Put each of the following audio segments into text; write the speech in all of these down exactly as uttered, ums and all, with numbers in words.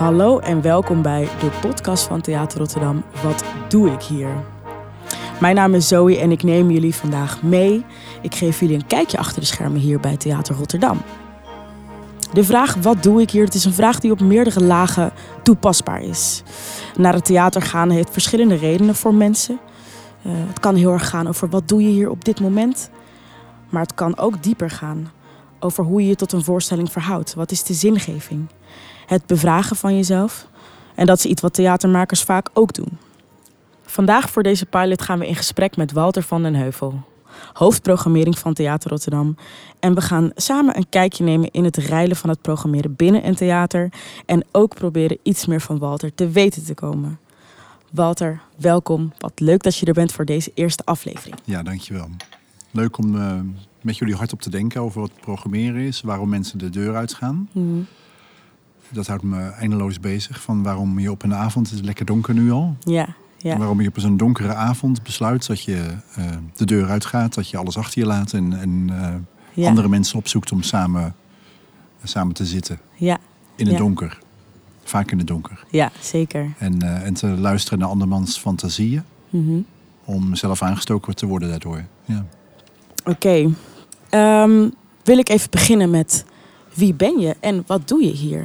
Hallo en welkom bij de podcast van Theater Rotterdam. Wat doe ik hier? Mijn naam is Zoe en ik neem jullie vandaag mee. Ik geef jullie een kijkje achter de schermen hier bij Theater Rotterdam. De vraag wat doe ik hier? Het is een vraag die op meerdere lagen toepasbaar is. Naar het theater gaan heeft verschillende redenen voor mensen. Uh, het kan heel erg gaan over wat doe je hier op dit moment. Maar het kan ook dieper gaan over hoe je je tot een voorstelling verhoudt. Wat is de zingeving? Het bevragen van jezelf. En dat is iets wat theatermakers vaak ook doen. Vandaag voor deze pilot gaan we in gesprek met Walter van den Heuvel, hoofdprogrammering van Theater Rotterdam. En we gaan samen een kijkje nemen in het reilen van het programmeren binnen een theater. En ook proberen iets meer van Walter te weten te komen. Walter, welkom. Wat leuk dat je er bent voor deze eerste aflevering. Ja, dankjewel. Leuk om uh, met jullie hardop te denken over wat programmeren is. Waarom mensen de deur uitgaan. Mm. Dat houdt me eindeloos bezig. Van waarom je op een avond, het is lekker donker nu al. Ja, ja. Waarom je op zo'n donkere avond besluit dat je uh, de deur uitgaat. Dat je alles achter je laat. En, en uh, ja. andere mensen opzoekt om samen, uh, samen te zitten. Ja. In het ja. donker. Vaak in het donker. Ja, zeker. En, uh, en te luisteren naar andermans fantasieën. Mm-hmm. Om zelf aangestoken te worden daardoor. Ja. Oké. Okay. Um, wil ik even beginnen met wie ben je en wat doe je hier?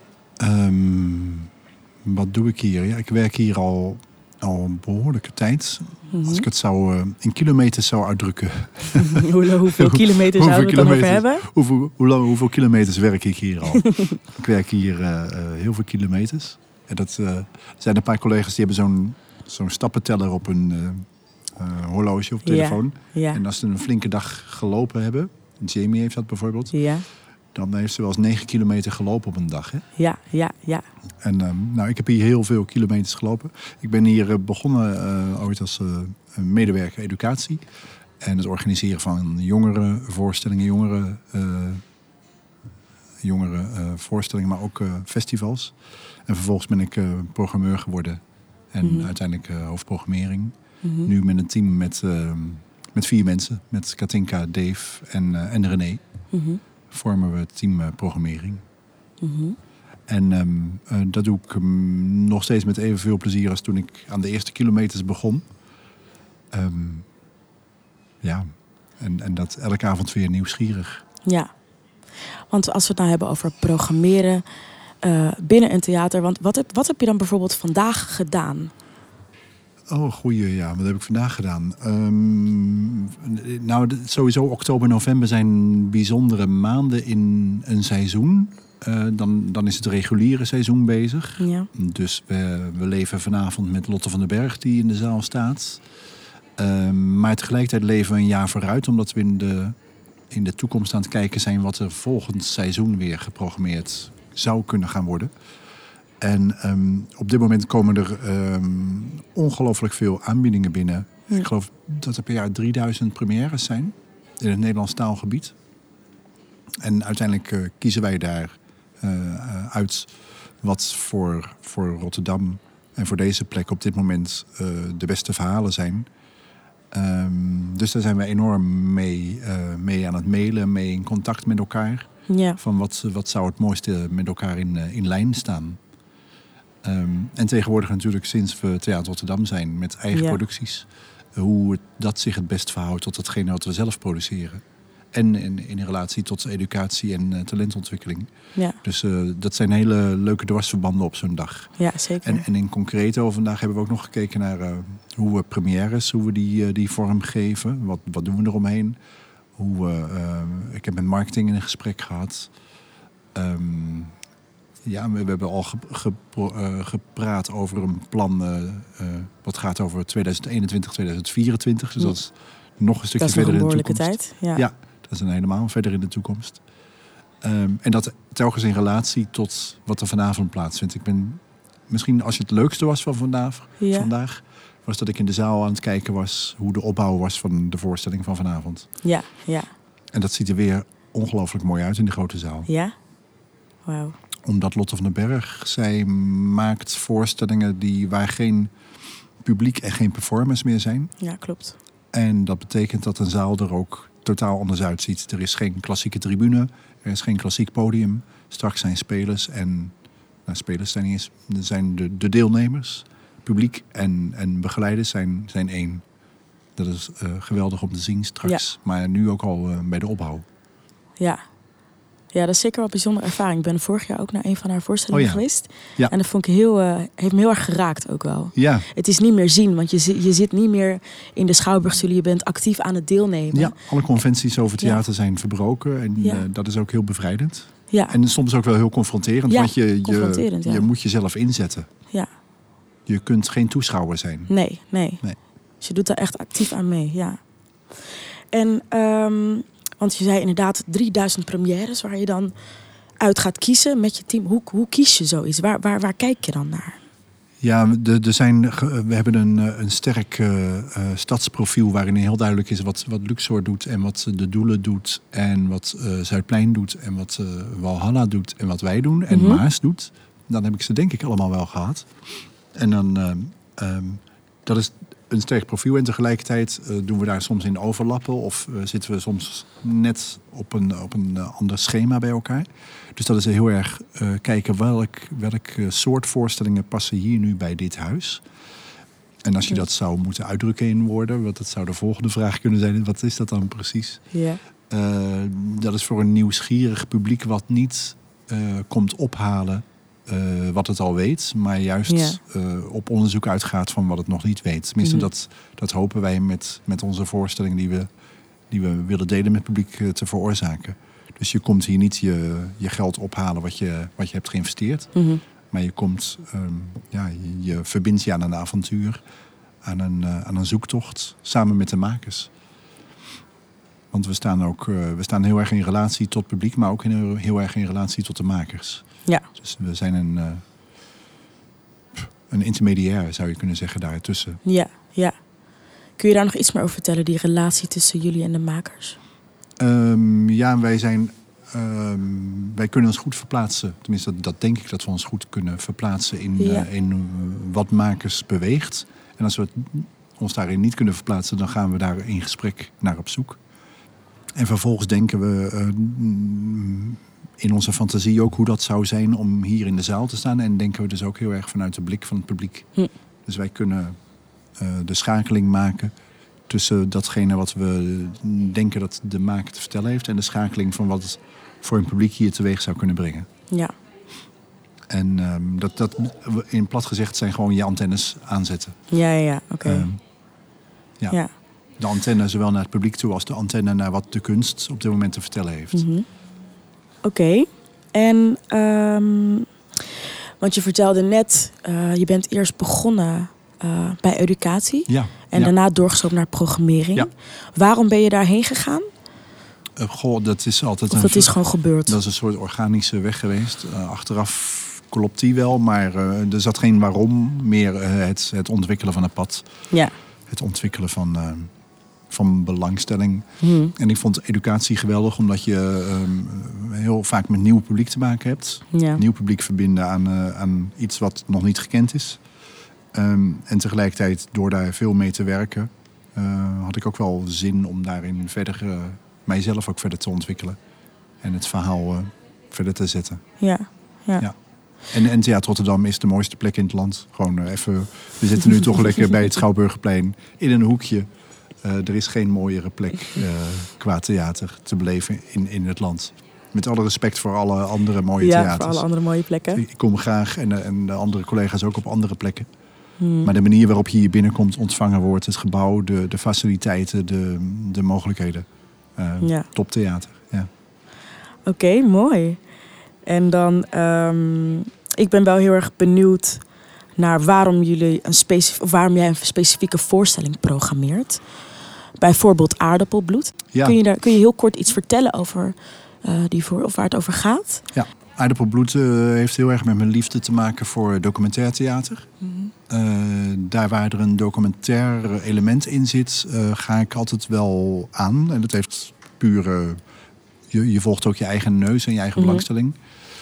Um, wat doe ik hier? Ja, ik werk hier al, al een behoorlijke tijd. Mm-hmm. Als ik het zou, uh, in kilometers zou uitdrukken. Hoe, hoeveel kilometers zouden we het dan over hebben? Hoeveel, hoe lang, hoeveel kilometers werk ik hier al? Ik werk hier uh, uh, heel veel kilometers. En dat, uh, er zijn een paar collega's die hebben zo'n, zo'n stappenteller op hun uh, uh, horloge of telefoon. Ja, ja. En als ze een flinke dag gelopen hebben, Jamie heeft dat bijvoorbeeld. Ja. Dan heeft ze wel eens negen kilometer gelopen op een dag. Hè? Ja, ja, ja. En um, nou, ik heb hier heel veel kilometers gelopen. Ik ben hier uh, begonnen uh, ooit als uh, medewerker educatie. En het organiseren van jongere voorstellingen, jongere, uh, jongere uh, voorstellingen, maar ook uh, festivals. En vervolgens ben ik uh, programmeur geworden. En mm-hmm. uiteindelijk uh, hoofdprogrammering. Mm-hmm. Nu met een team met, uh, met vier mensen. Met Katinka, Dave en, uh, en René. Mm-hmm. Vormen we het team uh, programmering. Mm-hmm. En um, uh, dat doe ik um, nog steeds met evenveel plezier als toen ik aan de eerste kilometers begon. Um, ja, en, en dat elke avond weer nieuwsgierig. Ja, want als we het nou hebben over programmeren uh, binnen een theater. Want wat heb, wat heb je dan bijvoorbeeld vandaag gedaan? Oh, goeie, ja. Wat heb ik vandaag gedaan? Um, nou, sowieso oktober, november zijn bijzondere maanden in een seizoen. Uh, dan, dan is het reguliere seizoen bezig. Ja. Dus we, we leven vanavond met Lotte van den Berg die in de zaal staat. Um, maar tegelijkertijd leven we een jaar vooruit. Omdat we in de, in de toekomst aan het kijken zijn wat er volgend seizoen weer geprogrammeerd zou kunnen gaan worden. En um, op dit moment komen er um, ongelooflijk veel aanbiedingen binnen. Ja. Ik geloof dat er per jaar drieduizend premières zijn in het Nederlands taalgebied. En uiteindelijk uh, kiezen wij daar uh, uh, uit wat voor, voor Rotterdam en voor deze plek op dit moment uh, de beste verhalen zijn. Um, dus daar zijn we enorm mee, uh, mee aan het mailen, mee in contact met elkaar. Ja. Van wat, wat zou het mooiste met elkaar in, uh, in lijn staan. Um, en tegenwoordig natuurlijk sinds we Theater Rotterdam zijn met eigen ja. producties. Hoe het, dat zich het best verhoudt tot hetgene wat we zelf produceren. En in, in relatie tot educatie en uh, talentontwikkeling. Ja. Dus uh, dat zijn hele leuke dwarsverbanden op zo'n dag. Ja, zeker. En, en in concreto vandaag hebben we ook nog gekeken naar uh, hoe we premières, hoe we die, uh, die vorm geven. Wat, wat doen we eromheen? Hoe we, uh, ik heb met marketing een gesprek gehad. Um, Ja, we, we hebben al ge, ge, uh, gepraat over een plan uh, uh, wat gaat over tweeduizend eenentwintig, tweeduizend vierentwintig. Dus ja. dat is nog een stukje dat verder in de toekomst. Dat is een behoorlijke tijd. Ja. ja, dat is een helemaal verder in de toekomst. Um, en dat telkens in relatie tot wat er vanavond plaatsvindt. Ik ben misschien als je het leukste was van vandaag, ja. vandaag, was dat ik in de zaal aan het kijken was hoe de opbouw was van de voorstelling van vanavond. Ja, ja. En dat ziet er weer ongelooflijk mooi uit in de grote zaal. Ja, wauw. Omdat Lotte van den Berg, zij maakt voorstellingen die, waar geen publiek en geen performance meer zijn. Ja, klopt. En dat betekent dat een zaal er ook totaal anders uitziet. Er is geen klassieke tribune, er is geen klassiek podium. Straks zijn spelers en Nou, spelers zijn niet eens. Er zijn de, de deelnemers, publiek en, en begeleiders zijn, zijn één. Dat is uh, geweldig om te zien straks. Ja. Maar nu ook al uh, bij de opbouw. Ja. Ja, dat is zeker wel een bijzondere ervaring. Ik ben vorig jaar ook naar een van haar voorstellingen oh ja. geweest. Ja. En dat vond ik heel, uh, heeft me heel erg geraakt ook wel. Ja. Het is niet meer zien, want je, je zit niet meer in de Schouwburgstoelen. Je bent actief aan het deelnemen. Ja, alle conventies over theater ja. zijn verbroken. En ja. uh, dat is ook heel bevrijdend. Ja. En soms ook wel heel confronterend. Ja, want je, confronterend, je, ja. je moet jezelf inzetten. Ja. Je kunt geen toeschouwer zijn. Nee, nee. nee. Dus je doet daar echt actief aan mee, ja. En, um, want je zei inderdaad drieduizend premières waar je dan uit gaat kiezen met je team. Hoe, hoe kies je zoiets? Waar, waar, waar kijk je dan naar? Ja, er zijn, we hebben een, een sterk uh, uh, stadsprofiel waarin heel duidelijk is wat, wat Luxor doet en wat de Doelen doet en wat uh, Zuidplein doet en wat uh, Walhalla doet en wat wij doen en mm-hmm. Maas doet. Dan heb ik ze denk ik allemaal wel gehad. En dan, uh, um, dat is een sterk profiel en tegelijkertijd uh, doen we daar soms in overlappen of uh, zitten we soms net op een, op een uh, ander schema bij elkaar. Dus dat is heel erg uh, kijken welk, welk uh, soort voorstellingen passen hier nu bij dit huis. En als je dat zou moeten uitdrukken in woorden, want dat zou de volgende vraag kunnen zijn, wat is dat dan precies? Ja. Uh, dat is voor een nieuwsgierig publiek wat niet uh, komt ophalen uh, wat het al weet, maar juist ja. uh, op onderzoek uitgaat van wat het nog niet weet. Tenminste, mm-hmm. dat, dat hopen wij met, met onze voorstellingen die we, die we willen delen met het publiek uh, te veroorzaken. Dus je komt hier niet je, je geld ophalen wat je, wat je hebt geïnvesteerd. Mm-hmm. Maar je komt, um, ja, je, je verbindt je aan een avontuur, aan een, uh, aan een zoektocht, samen met de makers. Want we staan ook uh, we staan heel erg in relatie tot het publiek, maar ook in, heel erg in relatie tot de makers. Ja. Dus we zijn een, uh, een intermediair, zou je kunnen zeggen, daartussen. Ja, ja. Kun je daar nog iets meer over vertellen, die relatie tussen jullie en de makers? Um, ja, wij zijn... Um, wij kunnen ons goed verplaatsen. Tenminste, dat, dat denk ik dat we ons goed kunnen verplaatsen in, ja. uh, in uh, wat makers beweegt. En als we het, ons daarin niet kunnen verplaatsen, dan gaan we daar in gesprek naar op zoek. En vervolgens denken we uh, in onze fantasie ook hoe dat zou zijn om hier in de zaal te staan. En denken we dus ook heel erg vanuit de blik van het publiek. Hm. Dus wij kunnen uh, de schakeling maken tussen datgene wat we denken dat de maker te vertellen heeft en de schakeling van wat het voor een publiek hier teweeg zou kunnen brengen. Ja. En um, dat, dat in plat gezegd zijn gewoon je antennes aanzetten. Ja, ja, oké. Okay. Um, ja. ja. De antenne zowel naar het publiek toe als de antenne naar wat de kunst op dit moment te vertellen heeft. Mm-hmm. Oké. Okay. En, um, want je vertelde net, uh, je bent eerst begonnen uh, bij educatie. Ja. En ja. daarna doorgestroomd naar programmering. Ja. Waarom ben je daarheen gegaan? Uh, goh, dat is altijd of een... dat is gewoon gebeurd? Dat is een soort organische weg geweest. Uh, achteraf klopt die wel, maar uh, er zat geen waarom. Meer uh, het, het ontwikkelen van een pad. Ja. Het ontwikkelen van, uh, van belangstelling. Hmm. En ik vond educatie geweldig, omdat je um, heel vaak met nieuw publiek te maken hebt. Ja. Nieuw publiek verbinden aan, uh, aan iets wat nog niet gekend is. Um, en tegelijkertijd, door daar veel mee te werken, uh, had ik ook wel zin om daarin verder, uh, mijzelf ook verder te ontwikkelen. En het verhaal uh, verder te zetten. Ja, ja. ja. En, en Theater Rotterdam is de mooiste plek in het land. Gewoon uh, even, we zitten nu toch lekker bij het Schouwburgerplein in een hoekje. Uh, er is geen mooiere plek uh, qua theater te beleven in, in het land. Met alle respect voor alle andere mooie ja, theaters. Ja, voor alle andere mooie plekken. Ik, ik kom graag en, en de andere collega's ook op andere plekken. Hmm. Maar de manier waarop je hier binnenkomt, ontvangen wordt, het gebouw, de, de faciliteiten, de, de mogelijkheden. Uh, ja. Toptheater, ja. Oké, okay, mooi. En dan, um, ik ben wel heel erg benieuwd naar waarom jullie een specif- of waarom jij een specifieke voorstelling programmeert. Bijvoorbeeld Aardappelbloed. Ja. Kun je daar, kun je heel kort iets vertellen over uh, die voor, of waar het over gaat? Ja. Aardappelbloed uh, heeft heel erg met mijn liefde te maken voor documentair theater. Mm-hmm. Uh, daar waar er een documentair element in zit, uh, ga ik altijd wel aan. En dat heeft puur... Uh, je, je volgt ook je eigen neus en je eigen mm-hmm. belangstelling.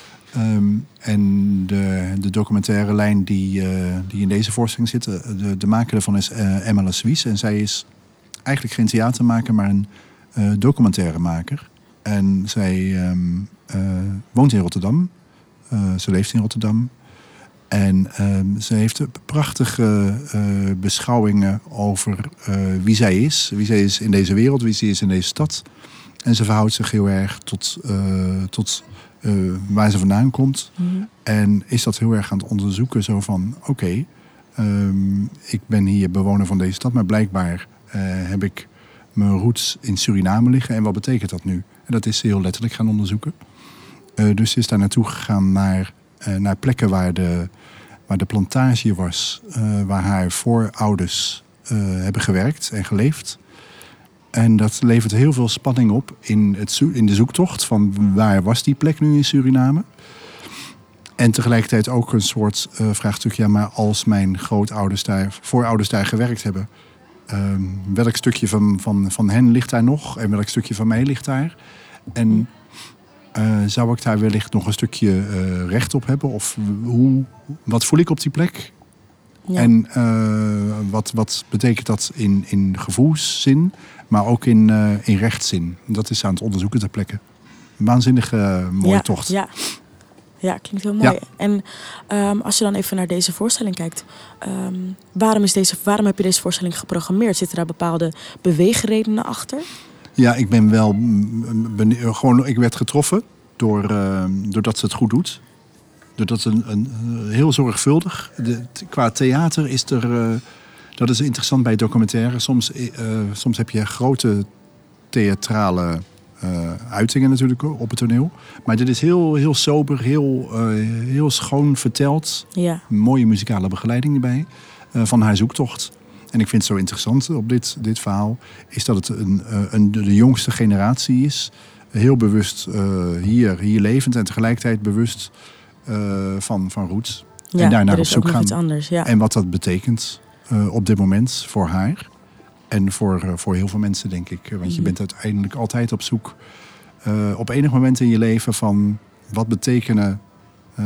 Um, en de, de documentaire lijn die, uh, die in deze voorstelling zit, de, de maker daarvan is uh, Emma Leswies. En zij is eigenlijk geen theatermaker, maar een uh, documentairemaker. En zij um, uh, woont in Rotterdam. Uh, ze leeft in Rotterdam. En uh, ze heeft prachtige uh, beschouwingen over uh, wie zij is. Wie zij is in deze wereld, wie zij is in deze stad. En ze verhoudt zich heel erg tot, uh, tot uh, waar ze vandaan komt. Mm-hmm. En is dat heel erg aan het onderzoeken. Zo van, oké, okay, um, ik ben hier bewoner van deze stad. Maar blijkbaar uh, heb ik mijn roots in Suriname liggen. En wat betekent dat nu? En dat is ze heel letterlijk gaan onderzoeken. Uh, dus ze is daar naartoe gegaan naar, uh, naar plekken waar de, waar de plantage was. Uh, waar haar voorouders uh, hebben gewerkt en geleefd. En dat levert heel veel spanning op in, het, in de zoektocht van waar was die plek nu in Suriname. En tegelijkertijd ook een soort uh, vraagstuk, ja, maar als mijn grootouders daar, voorouders daar gewerkt hebben, um, welk stukje van, van, van hen ligt daar nog en welk stukje van mij ligt daar? En uh, zou ik daar wellicht nog een stukje uh, recht op hebben? Of hoe, wat voel ik op die plek? Ja. En uh, wat, wat betekent dat in, in gevoelszin, maar ook in, uh, in rechtszin? Dat is aan het onderzoeken ter plekke. Waanzinnige uh, mooie ja, tocht. Ja. ja, klinkt heel mooi. Ja. En um, als je dan even naar deze voorstelling kijkt, um, waarom, is deze, waarom heb je deze voorstelling geprogrammeerd? Zitten daar bepaalde beweegredenen achter? Ja, ik ben wel ben, gewoon, ik werd getroffen door, uh, doordat ze het goed doet. Doordat ze een, een, heel zorgvuldig. De, qua theater is er. Uh, dat is interessant bij documentaire. Soms, uh, soms heb je grote theatrale uh, uitingen natuurlijk op het toneel. Maar dit is heel, heel sober, heel, uh, heel schoon verteld. Ja. Mooie muzikale begeleiding erbij. Uh, van haar zoektocht. En ik vind het zo interessant op dit, dit verhaal. Is dat het een, een, de jongste generatie is. Heel bewust uh, hier, hier levend. En tegelijkertijd bewust uh, van, van roots. Ja, en daarnaar op is zoek ook gaan. Iets anders, ja. En wat dat betekent uh, op dit moment voor haar. En voor, uh, voor heel veel mensen, denk ik. Want je mm-hmm. bent uiteindelijk altijd op zoek. Uh, op enig moment in je leven van wat betekenen. Uh,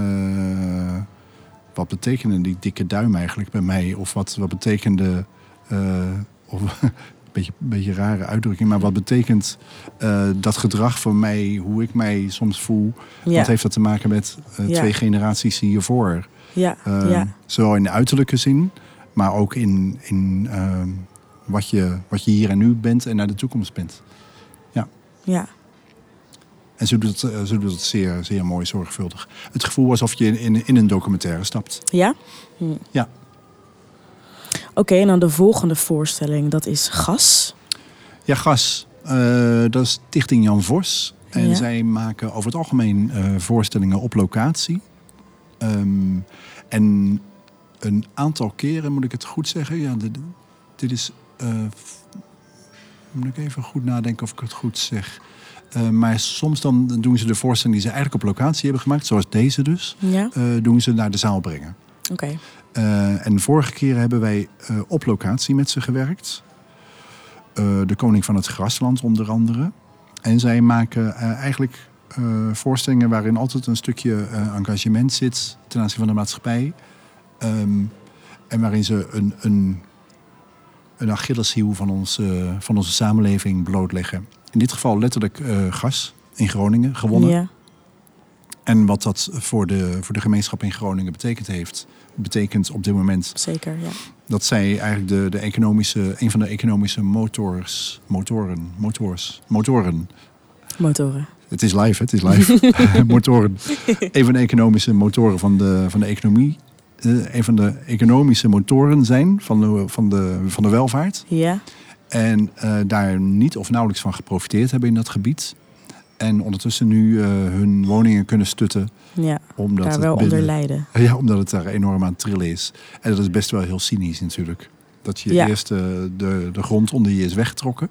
Wat betekende die dikke duim eigenlijk bij mij? Of wat, wat betekende... Uh, of, een beetje, beetje rare uitdrukking. Maar wat betekent uh, dat gedrag van mij? Hoe ik mij soms voel? Ja. Wat heeft dat te maken met uh, ja. twee generaties hiervoor? Ja. Uh, ja. Zowel in de uiterlijke zin. Maar ook in, in uh, wat, je, wat je hier en nu bent en naar de toekomst bent. Ja. Ja. En ze doet het, ze doet het zeer, zeer mooi zorgvuldig. Het gevoel alsof je in, in een documentaire stapt. Ja? Hm. Ja. Oké, okay, en dan de volgende voorstelling, dat is Gas. Ja, Gas. Uh, dat is Stichting Jan Vos. En ja. zij maken over het algemeen uh, voorstellingen op locatie. Um, en een aantal keren, moet ik het goed zeggen. Ja, dit, dit is... Uh, moet ik even goed nadenken of ik het goed zeg... Uh, maar soms dan doen ze de voorstelling die ze eigenlijk op locatie hebben gemaakt, zoals deze dus, ja. uh, doen ze naar de zaal brengen. Oké. Okay. Uh, en de vorige keer hebben wij uh, op locatie met ze gewerkt. Uh, de Koning van het Grasland onder andere. En zij maken uh, eigenlijk uh, voorstellingen waarin altijd een stukje uh, engagement zit ten aanzien van de maatschappij. Um, en waarin ze een, een, een Achilleshiel van, ons, uh, van onze samenleving blootleggen. In dit geval letterlijk uh, gas in Groningen gewonnen. Ja. En wat dat voor de, voor de gemeenschap in Groningen betekend heeft, betekent op dit moment. Zeker, ja. Dat zij eigenlijk de, de economische, een van de economische motors, motoren, motors, motoren. Motoren. Het is live, het is live. Motoren. Een van de economische motoren van de, van de economie. Uh, een van de economische motoren zijn van de, van de, van de welvaart. Ja. En uh, daar niet of nauwelijks van geprofiteerd hebben in dat gebied. En ondertussen nu uh, hun woningen kunnen stutten. Ja, omdat daar het wel binnen, onder lijden. Ja, omdat het daar enorm aan het trillen is. En dat is best wel heel cynisch natuurlijk. Dat je ja. eerst uh, de, de grond onder je is weggetrokken.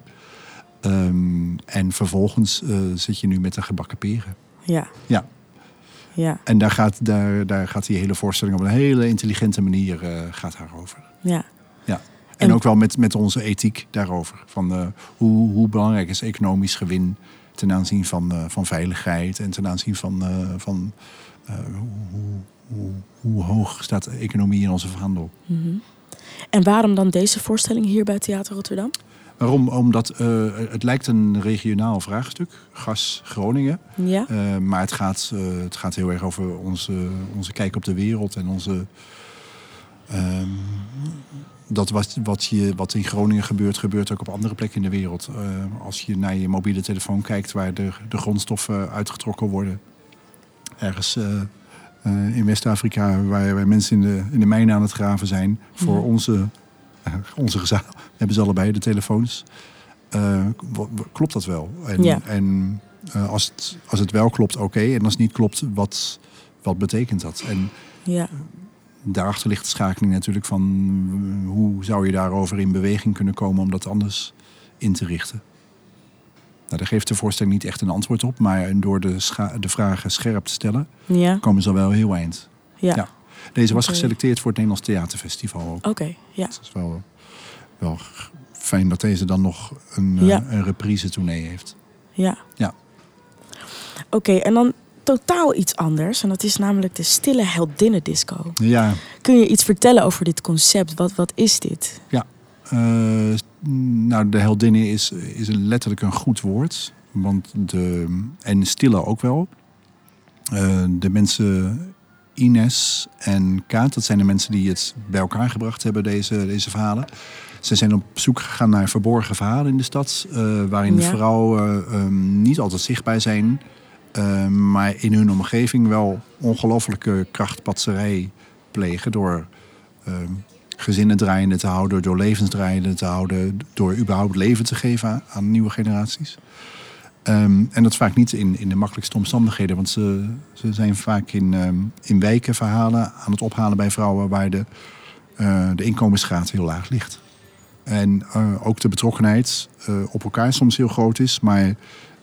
Um, en vervolgens uh, zit je nu met de gebakken peren. Ja. Ja. Ja. En daar gaat, daar, daar gaat die hele voorstelling op een hele intelligente manier uh, gaat daarover. Ja. Ja. En, en ook wel met, met onze ethiek daarover. Van uh, hoe, hoe belangrijk is economisch gewin ten aanzien van, uh, van veiligheid en ten aanzien van, uh, van uh, hoe, hoe, hoe hoog staat de economie in onze verhandel. Mm-hmm. En waarom dan deze voorstelling hier bij Theater Rotterdam? Waarom? Omdat uh, het lijkt een regionaal vraagstuk, gas Groningen. Ja. Uh, maar het gaat, uh, het gaat heel erg over onze, onze kijk op de wereld en onze... Uh, dat wat, wat, je, wat in Groningen gebeurt, gebeurt ook op andere plekken in de wereld. Uh, als je naar je mobiele telefoon kijkt waar de, de grondstoffen uitgetrokken worden. Ergens uh, uh, in West-Afrika waar, waar mensen in de, in de mijnen aan het graven zijn. Voor ja. onze, uh, onze gezaal hebben ze allebei de telefoons. Uh, klopt dat wel? En, ja. en uh, als, het, als het wel klopt, oké. Okay. En als het niet klopt, wat, wat betekent dat? En, ja. Daarachter ligt de schakeling natuurlijk van hoe zou je daarover in beweging kunnen komen om dat anders in te richten. Nou, daar geeft de voorstelling niet echt een antwoord op, maar door de, scha- de vragen scherp te stellen, ja. komen ze al wel heel eind. Ja. Ja. Deze was okay. geselecteerd voor het Nederlands Theaterfestival. Oké, okay, ja. Het is wel, wel fijn dat deze dan nog een, ja. uh, een reprise tournee heeft. Ja. Ja. Oké, okay, en dan totaal iets anders. En dat is namelijk de Stille Heldinnendisco. Ja. Kun je iets vertellen over dit concept? Wat, wat is dit? Ja, uh, nou de heldinnen is, is letterlijk een goed woord. Want de, en stille ook wel. Uh, de mensen Ines en Kaat, dat zijn de mensen die het bij elkaar gebracht hebben, deze, deze verhalen. Ze zijn op zoek gegaan naar verborgen verhalen in de stad. Uh, waarin ja. vrouwen uh, um, niet altijd zichtbaar zijn. Uh, maar in hun omgeving wel ongelofelijke krachtpatserij plegen. Door uh, gezinnen draaiende te houden, door levens draaiende te houden. Door überhaupt leven te geven aan, aan nieuwe generaties. Um, en dat vaak niet in, in de makkelijkste omstandigheden. Want ze, ze zijn vaak in, um, in wijken verhalen aan het ophalen bij vrouwen waar de, uh, de inkomensgraad heel laag ligt. En uh, ook de betrokkenheid uh, op elkaar soms heel groot is. Maar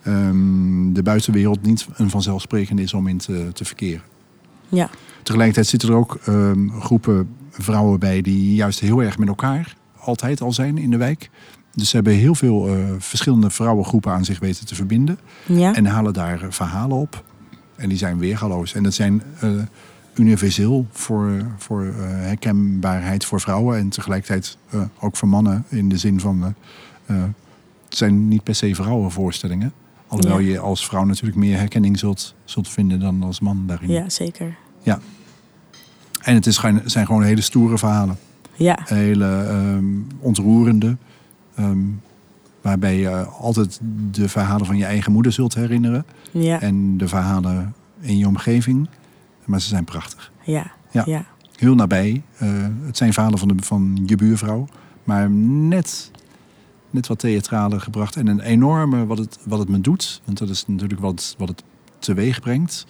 um, de buitenwereld niet een vanzelfsprekende is om in te, te verkeren. Ja. Tegelijkertijd zitten er ook um, groepen vrouwen bij die juist heel erg met elkaar altijd al zijn in de wijk. Dus ze hebben heel veel uh, verschillende vrouwengroepen aan zich weten te verbinden. Ja. En halen daar uh, verhalen op. En die zijn weergaloos. En dat zijn uh, universeel voor, voor uh, herkenbaarheid voor vrouwen. En tegelijkertijd uh, ook voor mannen. In de zin van, uh, uh, het zijn niet per se vrouwenvoorstellingen. Alhoewel ja. je als vrouw natuurlijk meer herkenning zult, zult vinden dan als man daarin. Ja, zeker. Ja. En het is, zijn gewoon hele stoere verhalen. Ja. Hele um, ontroerende. Um, waarbij je altijd de verhalen van je eigen moeder zult herinneren. Ja. En de verhalen in je omgeving. Maar ze zijn prachtig. Ja. Ja. ja. Heel nabij. Uh, het zijn verhalen van, de, van je buurvrouw. Maar net, net wat theatraler gebracht. En een enorme wat het, wat het me doet. Want dat is natuurlijk wat, wat het teweeg brengt.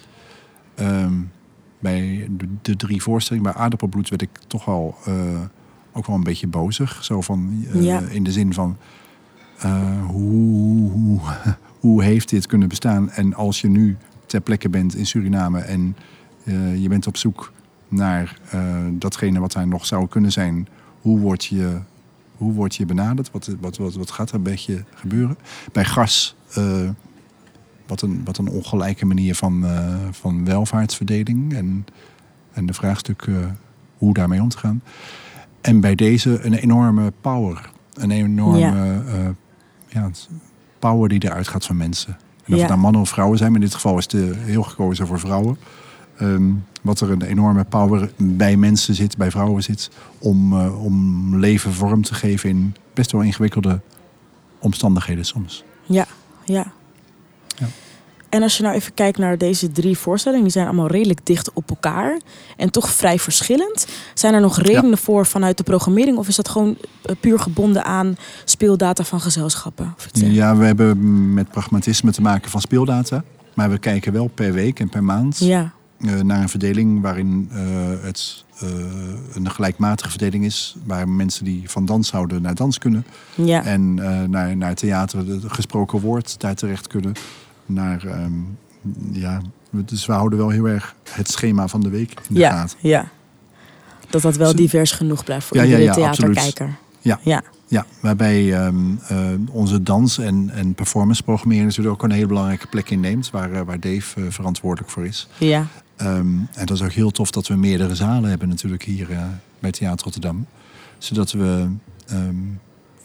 Um, bij de, de drie voorstellingen. Bij Aardappelbloed werd ik toch wel... Uh, ook wel een beetje bozig. Zo van, uh, ja. In de zin van... Uh, hoe, hoe, hoe heeft dit kunnen bestaan? En als je nu ter plekke bent in Suriname... en uh, je bent op zoek naar uh, datgene wat daar nog zou kunnen zijn... hoe word je, hoe word je benaderd? Wat, wat, wat, wat gaat er een beetje gebeuren? Bij gas... Uh, wat, een, wat een ongelijke manier van, uh, van welvaartsverdeling... en, en de vraagstuk uh, hoe daarmee om te gaan... En bij deze een enorme power. Een enorme ja. Uh, ja, power die eruit gaat van mensen. En of ja. het nou mannen of vrouwen zijn. Maar in dit geval is het heel gekozen voor vrouwen. Um, wat er een enorme power bij mensen zit, bij vrouwen zit. Om, uh, om leven vorm te geven in best wel ingewikkelde omstandigheden soms. Ja, ja. ja. En als je nou even kijkt naar deze drie voorstellingen... die zijn allemaal redelijk dicht op elkaar... en toch vrij verschillend. Zijn er nog redenen ja. voor vanuit de programmering... of is dat gewoon puur gebonden aan speeldata van gezelschappen? Of ja, we hebben met pragmatisme te maken van speeldata. Maar we kijken wel per week en per maand... Ja. Uh, naar een verdeling waarin uh, het uh, een gelijkmatige verdeling is... waar mensen die van dans houden naar dans kunnen... Ja. en uh, naar, naar theater, het gesproken woord, daar terecht kunnen... Naar, um, ja, dus we houden wel heel erg het schema van de week in de ja, gaten. Ja, dat dat wel dus, divers genoeg blijft voor ja, iedere ja, ja, theaterkijker. Ja, ja. ja, waarbij um, uh, onze dans- en, en performanceprogrammering natuurlijk ook een hele belangrijke plek inneemt. Waar, uh, waar Dave uh, verantwoordelijk voor is. Ja. Um, en dat is ook heel tof dat we meerdere zalen hebben natuurlijk hier uh, bij Theater Rotterdam. Zodat we... Um,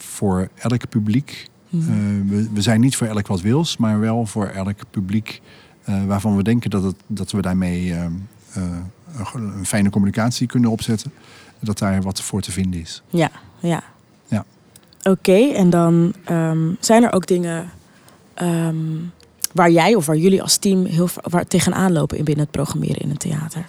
voor elk publiek. Mm-hmm. Uh, we, we zijn niet voor elk wat wils, maar wel voor elk publiek uh, waarvan we denken dat, het, dat we daarmee uh, uh, een fijne communicatie kunnen opzetten. Dat daar wat voor te vinden is. Ja, ja. ja. Oké, okay, en dan um, zijn er ook dingen um, waar jij of waar jullie als team heel waar tegenaan lopen in binnen het programmeren in een theater?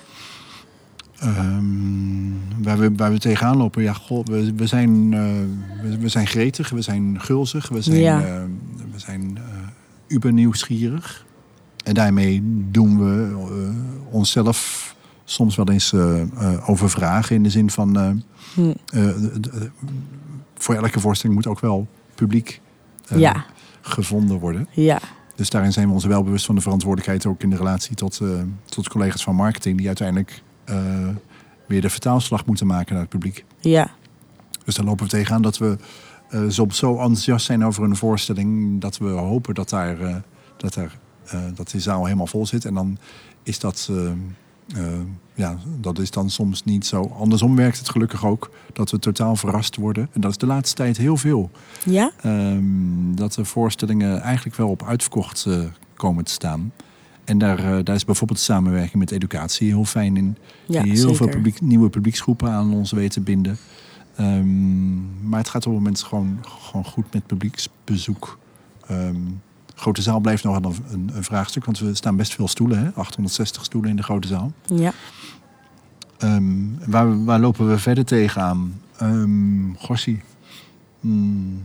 Um, waar, we, waar we tegenaan lopen, ja, goh, we, we, zijn, uh, we, we zijn gretig, we zijn gulzig, we zijn, ja. uh, we zijn uh, uber nieuwsgierig. En daarmee doen we uh, onszelf soms wel eens uh, uh, overvragen in de zin van uh, hm. uh, uh, uh, voor elke voorstelling moet ook wel publiek uh, ja. gevonden worden. Ja. Dus daarin zijn we ons wel bewust van de verantwoordelijkheid ook in de relatie tot, uh, tot collega's van marketing die uiteindelijk uh, weer de vertaalslag moeten maken naar het publiek. Ja. Dus daar lopen we tegenaan dat we uh, soms zo enthousiast zijn over een voorstelling dat we hopen dat daar uh, dat, daar, uh, dat die zaal helemaal vol zit. En dan is dat, uh, uh, ja, dat is dan soms niet zo. Andersom werkt het gelukkig ook dat we totaal verrast worden. En dat is de laatste tijd heel veel. Ja? Um, dat de voorstellingen eigenlijk wel op uitverkocht uh, komen te staan. En daar, uh, daar is bijvoorbeeld de samenwerking met educatie heel fijn in. Ja, die heel zeker. veel publiek, nieuwe publieksgroepen aan ons weten binden. Um, maar het gaat op het moment gewoon, gewoon goed met publieksbezoek. Um, grote zaal blijft nog een, een, een vraagstuk, want we staan best veel stoelen, hè? achthonderdzestig stoelen in de grote zaal. Ja. Um, waar, waar lopen we verder tegenaan? Um, Gossie. Hmm.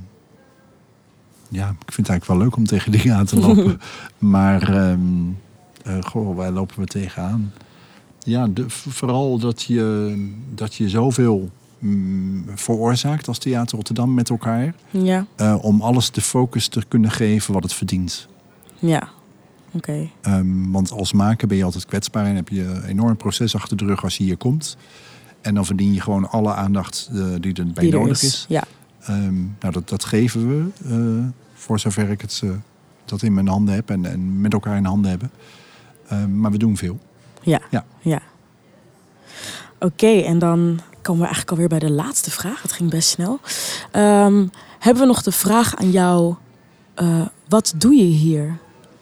Ja, ik vind het eigenlijk wel leuk om tegen dingen aan te lopen. maar um, uh, goh, waar lopen we tegenaan? Ja, de, vooral dat je, dat je zoveel mm, veroorzaakt als Theater Rotterdam met elkaar. Ja. Uh, om alles de focus te kunnen geven wat het verdient. Ja, oké. Okay. Um, want als maker ben je altijd kwetsbaar en heb je een enorm proces achter de rug als je hier komt. En dan verdien je gewoon alle aandacht uh, die erbij die er nodig is. is. Ja. Um, nou, dat, dat geven we, uh, voor zover ik het uh, dat in mijn handen heb en, en met elkaar in handen hebben. Um, maar we doen veel. Ja, ja. ja. Oké, okay, en dan komen we eigenlijk alweer bij de laatste vraag. Het ging best snel. Um, hebben we nog de vraag aan jou, uh, wat doe je hier?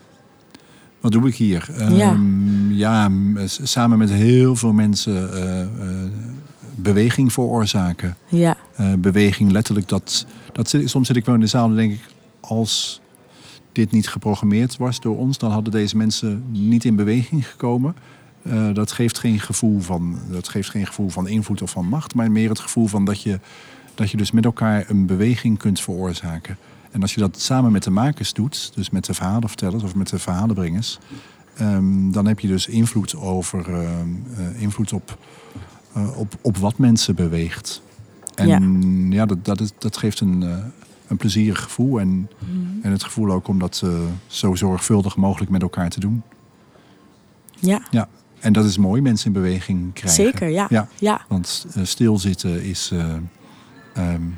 Wat doe ik hier? Ja, um, ja samen met heel veel mensen uh, uh, beweging veroorzaken. Ja. Uh, beweging letterlijk, dat, dat zit, soms zit ik wel in de zaal en denk ik, als dit niet geprogrammeerd was door ons, dan hadden deze mensen niet in beweging gekomen. Uh, dat geeft geen gevoel van, dat geeft geen gevoel van invloed of van macht, maar meer het gevoel van dat je, dat je dus met elkaar een beweging kunt veroorzaken. En als je dat samen met de makers doet, dus met de verhalenvertellers of met de verhalenbrengers, um, dan heb je dus invloed over uh, uh, invloed op, uh, op, op wat mensen beweegt. En ja, ja dat, dat, is, dat geeft een, uh, een plezierig gevoel. En, mm-hmm. en het gevoel ook om dat uh, zo zorgvuldig mogelijk met elkaar te doen. Ja. Ja. En dat is mooi, mensen in beweging krijgen. Zeker, ja. ja. ja. Want uh, stilzitten is, uh, um,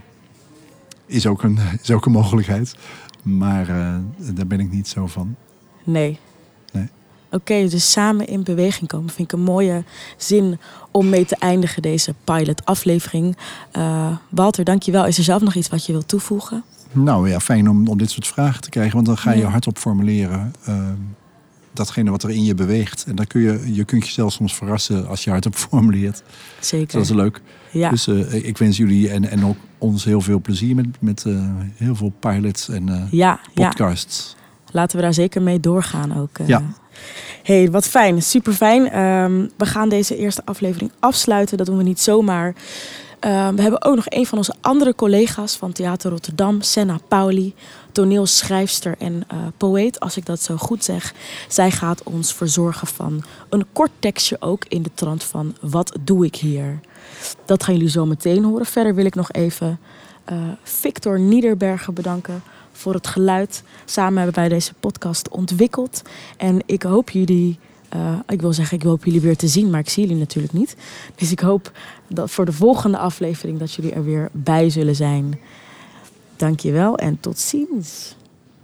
is, ook een, is ook een mogelijkheid. Maar uh, daar ben ik niet zo van. Nee. nee. Oké, okay, dus samen in beweging komen vind ik een mooie zin om mee te eindigen deze pilot-aflevering. Uh, Walter, dankjewel. Is er zelf nog iets wat je wilt toevoegen? Nou ja, fijn om, om dit soort vragen te krijgen. Want dan ga je ja. hardop formuleren uh, datgene wat er in je beweegt. En dan kun je, je kunt jezelf soms verrassen als je hardop formuleert. Zeker. Dus dat is leuk. Ja. Dus uh, ik wens jullie en, en ook ons heel veel plezier met, met uh, heel veel pilots en uh, ja, podcasts. Ja. Laten we daar zeker mee doorgaan ook. Uh. Ja. Hey, wat fijn. Super fijn. Um, we gaan deze eerste aflevering afsluiten. Dat doen we niet zomaar. Uh, we hebben ook nog een van onze andere collega's van Theater Rotterdam, Senna Pauli, toneelschrijfster en uh, poëet, als ik dat zo goed zeg. Zij gaat ons verzorgen van een kort tekstje ook in de trant van wat doe ik hier? Dat gaan jullie zo meteen horen. Verder wil ik nog even uh, Victor Niederberger bedanken voor het geluid. Samen hebben wij deze podcast ontwikkeld. En ik hoop jullie, uh, ik wil zeggen, ik hoop jullie weer te zien, maar ik zie jullie natuurlijk niet. Dus ik hoop dat voor de volgende aflevering dat jullie er weer bij zullen zijn. Dankjewel en tot ziens.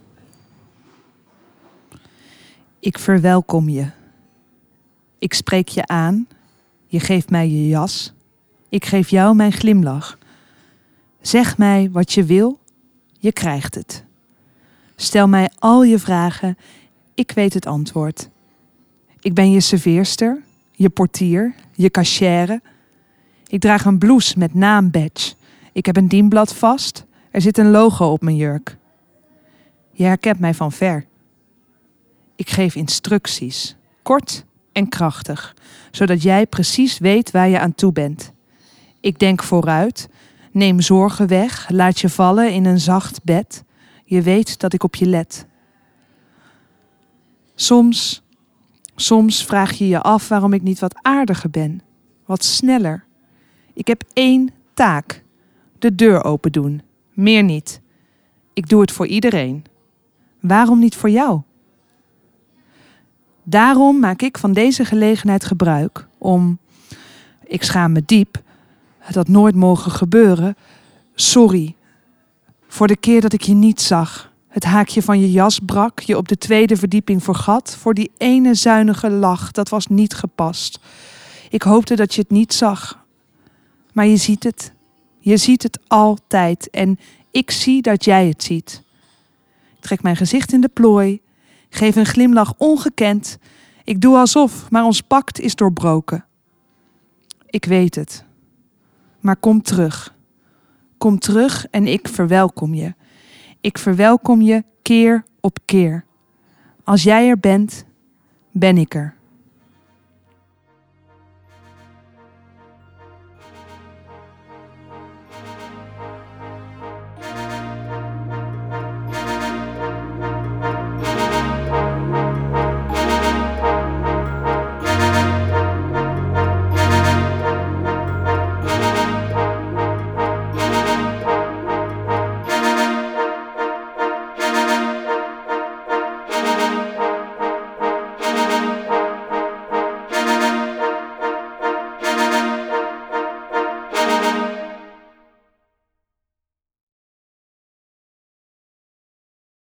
Ik verwelkom je. Ik spreek je aan. Je geeft mij je jas. Ik geef jou mijn glimlach. Zeg mij wat je wil, je krijgt het. Stel mij al je vragen, ik weet het antwoord. Ik ben je serveerster, je portier, je cachère. Ik draag een blouse met naambadge. Ik heb een dienblad vast, er zit een logo op mijn jurk. Je herkent mij van ver. Ik geef instructies, kort en krachtig, zodat jij precies weet waar je aan toe bent. Ik denk vooruit, neem zorgen weg, laat je vallen in een zacht bed. Je weet dat ik op je let. Soms, soms vraag je je af waarom ik niet wat aardiger ben, wat sneller. Ik heb één taak, de deur open doen, meer niet. Ik doe het voor iedereen. Waarom niet voor jou? Daarom maak ik van deze gelegenheid gebruik om, ik schaam me diep, het had nooit mogen gebeuren, sorry, voor de keer dat ik je niet zag. Het haakje van je jas brak, je op de tweede verdieping vergat, voor die ene zuinige lach, dat was niet gepast. Ik hoopte dat je het niet zag, maar je ziet het. Je ziet het altijd en ik zie dat jij het ziet. Ik trek mijn gezicht in de plooi, geef een glimlach ongekend. Ik doe alsof, maar ons pact is doorbroken. Ik weet het. Maar kom terug. Kom terug en ik verwelkom je. Ik verwelkom je keer op keer. Als jij er bent, ben ik er.